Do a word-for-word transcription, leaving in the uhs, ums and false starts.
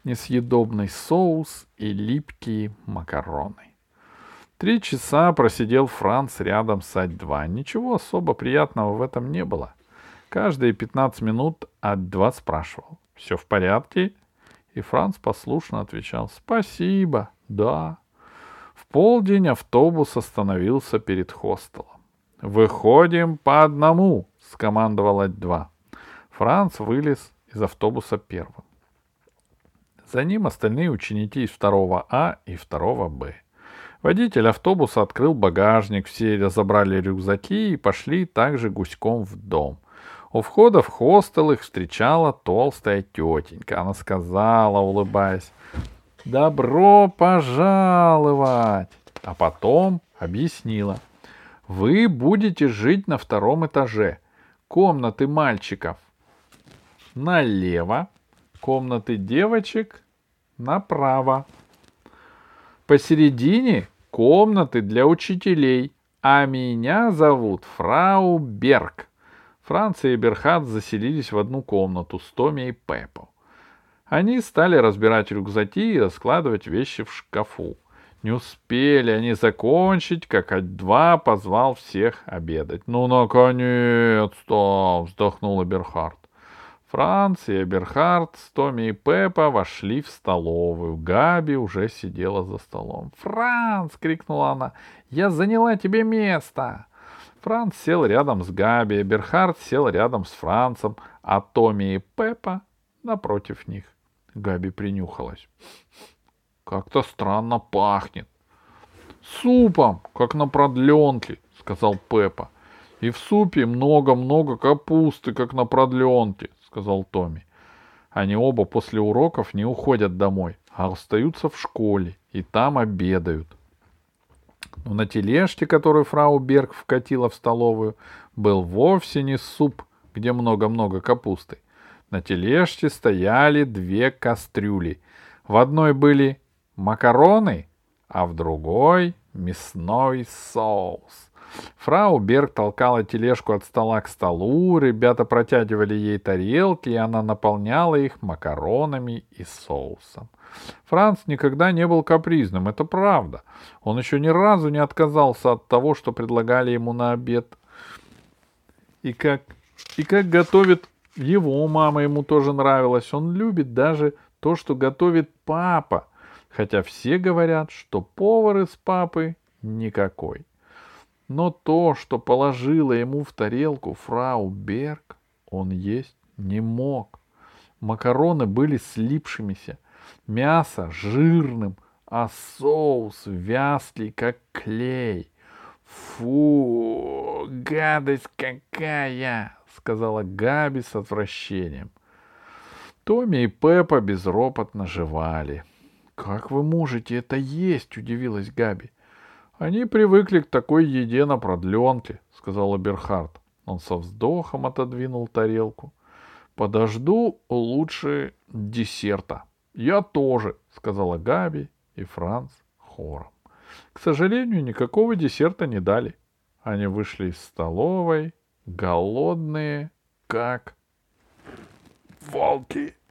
несъедобный соус и липкие макароны. Три часа просидел Франц рядом с А2. Ничего особо приятного в этом не было. Каждые пятнадцать минут А2 спрашивал: «Все в порядке?» И Франц послушно отвечал: «Спасибо, да». В полдень автобус остановился перед хостелом. «Выходим по одному», — скомандовал А2. Франц вылез из автобуса первым. За ним остальные ученики из второго А и второго Б. Водитель автобуса открыл багажник, все разобрали рюкзаки и пошли также гуськом в дом. У входа в хостел их встречала толстая тетенька. Она сказала, улыбаясь: «Добро пожаловать!» А потом объяснила: «Вы будете жить на втором этаже. Комнаты мальчиков налево, комнаты девочек направо. Посередине комнаты для учителей, а меня зовут фрау Берг». Франц и Эберхард заселились в одну комнату с Томми и Пеппо. Они стали разбирать рюкзаки и раскладывать вещи в шкафу. Не успели они закончить, как А2 позвал всех обедать. «Ну, наконец-то!» — вздохнул Эберхард. Франц и Эберхард с Томми и Пеппо вошли в столовую. Габи уже сидела за столом. «Франц!» — крикнула она. «Я заняла тебе место!» Франц сел рядом с Габи, Эберхард сел рядом с Францем, а Томми и Пеппо напротив них. Габи принюхалась. «Как-то странно пахнет». «Супом, как на продленке», — сказал Пеппа. «И в супе много-много капусты, как на продленке», — сказал Томми. Они оба после уроков не уходят домой, а остаются в школе и там обедают. Но на тележке, которую фрау Берг вкатила в столовую, был вовсе не суп, где много-много капусты. На тележке стояли две кастрюли. В одной были макароны, а в другой — мясной соус. Фрау Берг толкала тележку от стола к столу, ребята протягивали ей тарелки, и она наполняла их макаронами и соусом. Франц никогда не был капризным, это правда. Он еще ни разу не отказался от того, что предлагали ему на обед. И как, и как готовит его мама, ему тоже нравилось. Он любит даже то, что готовит папа, хотя все говорят, что повар из папы никакой. Но то, что положила ему в тарелку фрау Берг, он есть не мог. Макароны были слипшимися, мясо жирным, а соус вязкий, как клей. «Фу, гадость какая!» — сказала Габи с отвращением. Томми и Пеппа безропотно жевали. «Как вы можете это есть?» — удивилась Габи. «Они привыкли к такой еде на продленке», — сказал Эберхард. Он со вздохом отодвинул тарелку. «Подожду лучше десерта». «Я тоже», — сказала Габи и Франц хором. К сожалению, никакого десерта не дали. Они вышли из столовой, голодные, как волки.